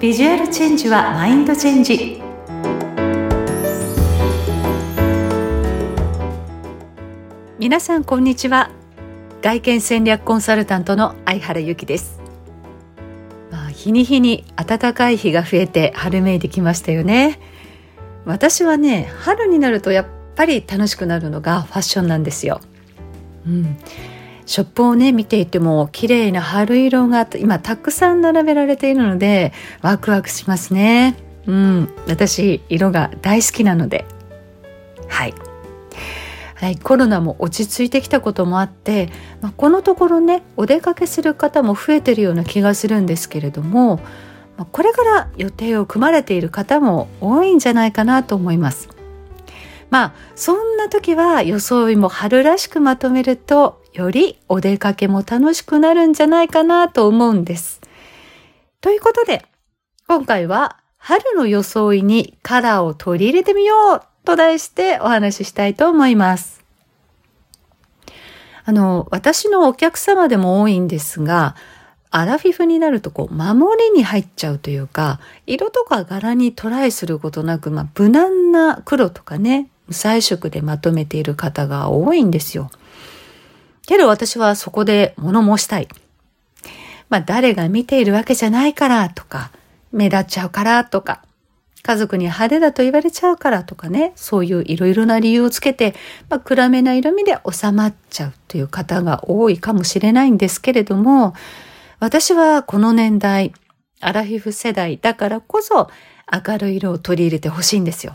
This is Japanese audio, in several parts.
ビジュアルチェンジはマインドチェンジ。皆さんこんにちは。外見戦略コンサルタントの相原由紀です。日に日に暖かい日が増えて春めいてきましたよね。私はね、春になるとやっぱり楽しくなるのがファッションなんですよ。ショップをね見ていても綺麗な春色が今たくさん並べられているのでワクワクしますね。私色が大好きなので、コロナも落ち着いてきたこともあって、このところねお出かけする方も増えているような気がするんですけれども、これから予定を組まれている方も多いんじゃないかなと思います。そんな時は装いも春らしくまとめるとよりお出かけも楽しくなるんじゃないかなと思うんです。ということで今回は春の装いにカラーを取り入れてみようと題してお話ししたいと思います。私のお客様でも多いんですが、アラフィフになると守りに入っちゃうというか、色とか柄にトライすることなく、無難な黒とかね、無彩色でまとめている方が多いんですよ。けど私はそこで物申したい。誰が見ているわけじゃないからとか、目立っちゃうからとか、家族に派手だと言われちゃうからとかね、そういういろいろな理由をつけて、暗めな色味で収まっちゃうという方が多いかもしれないんですけれども、私はこの年代、アラフィフ世代だからこそ明るい色を取り入れてほしいんですよ。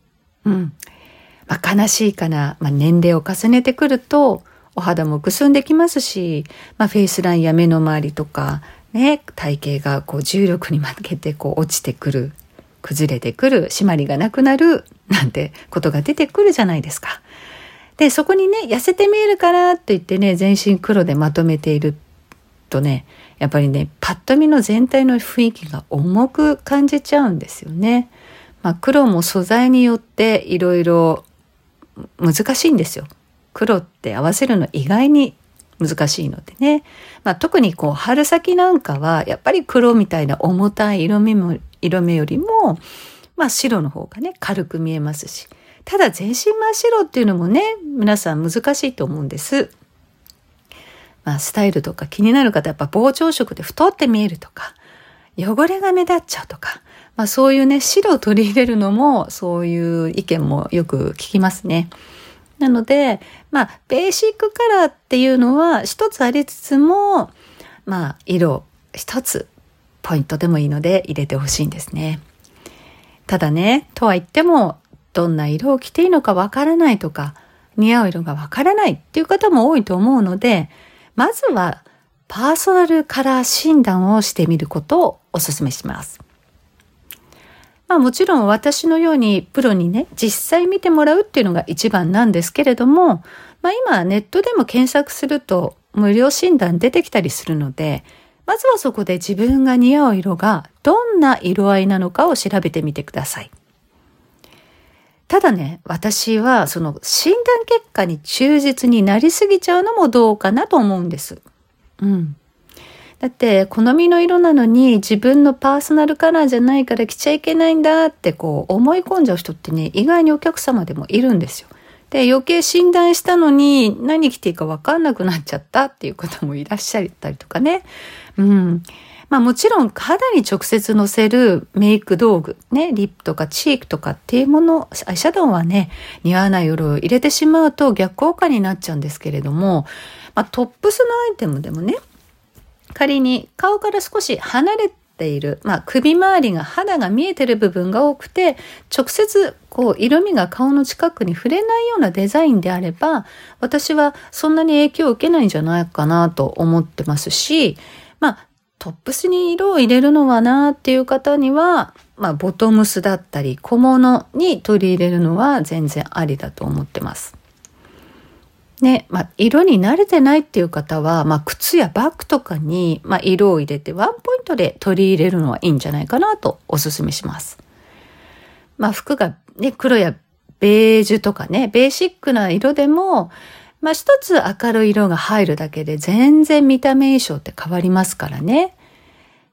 悲しいかな、年齢を重ねてくるとお肌もくすんできますし、フェイスラインや目の周りとかね、体型が重力に負けて落ちてくる、崩れてくる、締まりがなくなるなんてことが出てくるじゃないですか。で、そこにね、痩せて見えるからと言ってね、全身黒でまとめているとね、やっぱりね、パッと見の全体の雰囲気が重く感じちゃうんですよね。黒も素材によっていろいろ難しいんですよ。黒って合わせるの意外に難しいのでね。特に春先なんかはやっぱり黒みたいな重たい色目よりも、白の方がね軽く見えますし、ただ全身真っ白っていうのもね、皆さん難しいと思うんです。スタイルとか気になる方はやっぱ膨張色で太って見えるとか、汚れが目立っちゃうとか、そういうね白を取り入れるのもそういう意見もよく聞きますね。なのでベーシックカラーっていうのは一つありつつも、色一つポイントでもいいので入れてほしいんですね。ただね、とは言ってもどんな色を着ていいのかわからないとか、似合う色がわからないっていう方も多いと思うので、まずはパーソナルカラー診断をしてみることをお勧めします。もちろん私のようにプロにね実際見てもらうっていうのが一番なんですけれども、今ネットでも検索すると無料診断出てきたりするので、まずはそこで自分が似合う色がどんな色合いなのかを調べてみてください。ただね、私はその診断結果に忠実になりすぎちゃうのもどうかなと思うんです。だって好みの色なのに自分のパーソナルカラーじゃないから着ちゃいけないんだって思い込んじゃう人ってね、意外にお客様でもいるんですよ。で、余計診断したのに何着ていいか分かんなくなっちゃったっていう方もいらっしゃったりとかね。もちろん肌に直接のせるメイク道具ね、リップとかチークとかっていうもの、アイシャドウはね似合わない色を入れてしまうと逆効果になっちゃうんですけれども、トップスのアイテムでもね、仮に顔から少し離れている、首周りが肌が見えている部分が多くて、直接色味が顔の近くに触れないようなデザインであれば、私はそんなに影響を受けないんじゃないかなと思ってますし、トップスに色を入れるのはなっていう方には、ボトムスだったり小物に取り入れるのは全然ありだと思ってます。ね、色に慣れてないっていう方は、靴やバッグとかに、色を入れてワンポイントで取り入れるのはいいんじゃないかなとお勧めします。服がね、黒やベージュとかね、ベーシックな色でも、一つ明るい色が入るだけで全然見た目印象って変わりますからね。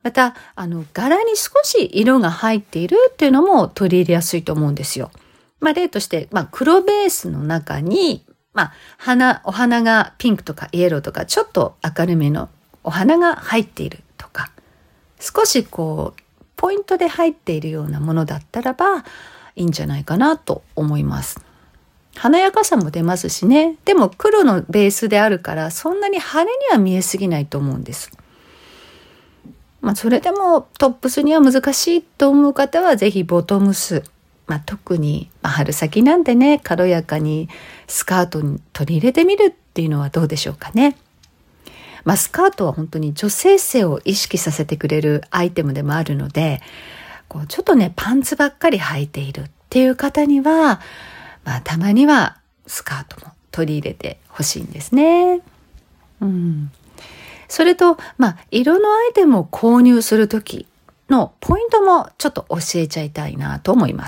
また柄に少し色が入っているっていうのも取り入れやすいと思うんですよ。例として、黒ベースの中に、お花がピンクとかイエローとかちょっと明るめのお花が入っているとか、少しポイントで入っているようなものだったらばいいんじゃないかなと思います。華やかさも出ますしね。でも黒のベースであるからそんなに派手には見えすぎないと思うんです。それでもトップスには難しいと思う方はぜひボトムス、特に春先なんでね、軽やかにスカートに取り入れてみるっていうのはどうでしょうかね。スカートは本当に女性性を意識させてくれるアイテムでもあるので、ちょっとねパンツばっかり履いているっていう方には、たまにはスカートも取り入れてほしいんですね。それと、色のアイテムを購入するときのポイントもちょっと教えちゃいたいなと思います。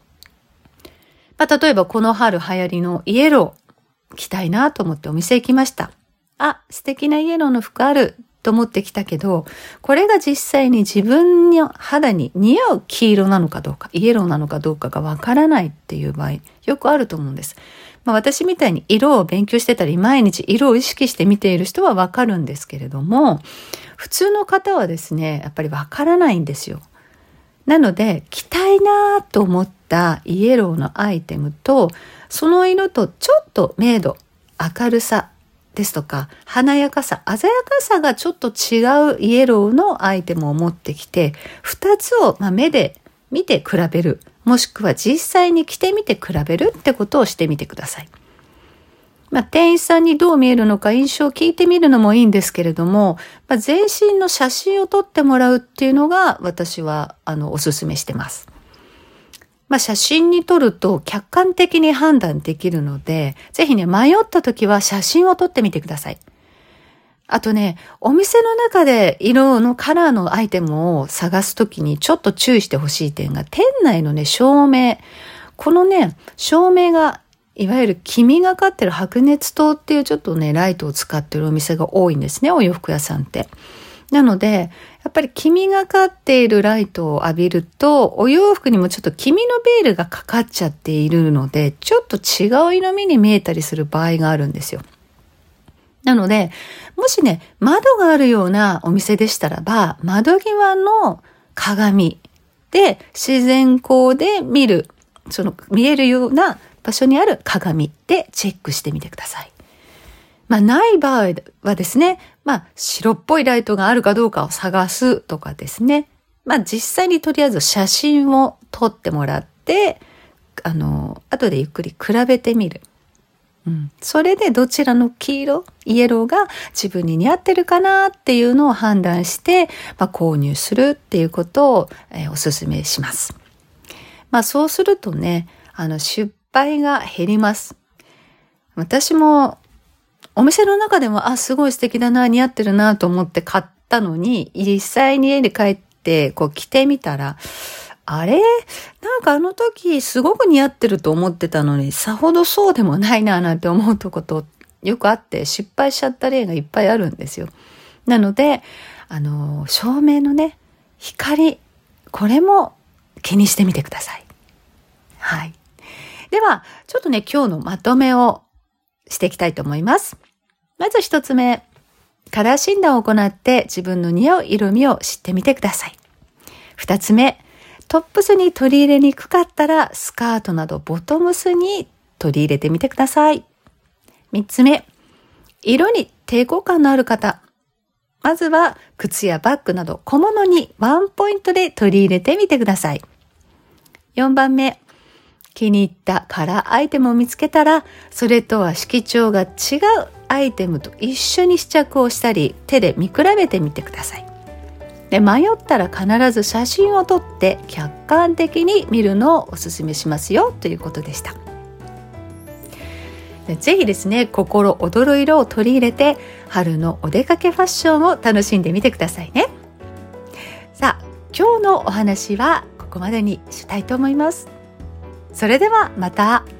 例えばこの春流行りのイエロー着たいなと思ってお店行きました。素敵なイエローの服あると思ってきたけど、これが実際に自分の肌に似合う黄色なのかどうか、イエローなのかどうかがわからないっていう場合、よくあると思うんです。私みたいに色を勉強してたり、毎日色を意識して見ている人はわかるんですけれども、普通の方はですね、やっぱりわからないんですよ。なので、着たいなと思ったイエローのアイテムと、その色とちょっと明度、明るさですとか、華やかさ、鮮やかさがちょっと違うイエローのアイテムを持ってきて、2つを目で見て比べる。もしくは実際に着てみて比べるってことをしてみてください。店員さんにどう見えるのか印象を聞いてみるのもいいんですけれども、全身の写真を撮ってもらうっていうのが私はおすすめしてます。写真に撮ると客観的に判断できるので、ぜひね、迷った時は写真を撮ってみてください。あとね、お店の中で色のカラーのアイテムを探すときにちょっと注意してほしい点が、店内のね、照明。このね、照明が、いわゆる黄みがかってる白熱灯っていうちょっとね、ライトを使ってるお店が多いんですね、お洋服屋さんって。なので、やっぱり黄みがかっているライトを浴びると、お洋服にもちょっと黄身のベールがかかっちゃっているので、ちょっと違う色味に見えたりする場合があるんですよ。なので、もしね、窓があるようなお店でしたらば、窓際の鏡で自然光で見る、見えるような場所にある鏡でチェックしてみてください。ない場合はですね、白っぽいライトがあるかどうかを探すとかですね。実際にとりあえず写真を撮ってもらって、後でゆっくり比べてみる。それでどちらの黄色、イエローが自分に似合ってるかなっていうのを判断して、購入するっていうことを、お勧めします。そうするとね、失敗が減ります。私もお店の中でも、すごい素敵だな、似合ってるなと思って買ったのに、実際に家に帰って着てみたら、あれ？なんかあの時すごく似合ってると思ってたのに、さほどそうでもないななんて思うことよくあって、失敗しちゃった例がいっぱいあるんですよ。なので、照明のね、光、これも気にしてみてください。はい。では、ちょっとね、今日のまとめをしていきたいと思います。まず一つ目、カラー診断を行って自分の似合う色味を知ってみてください。二つ目、トップスに取り入れにくかったらスカートなどボトムスに取り入れてみてください。三つ目、色に抵抗感のある方、まずは靴やバッグなど小物にワンポイントで取り入れてみてください。4番目、気に入ったカラーアイテムを見つけたら、それとは色調が違うアイテムと一緒に試着をしたり、手で見比べてみてください。で、迷ったら必ず写真を撮って客観的に見るのをお勧めしますよということでした。ぜひですね、心躍る色を取り入れて春のお出かけファッションを楽しんでみてくださいね。さあ、今日のお話はここまでにしたいと思います。それではまた。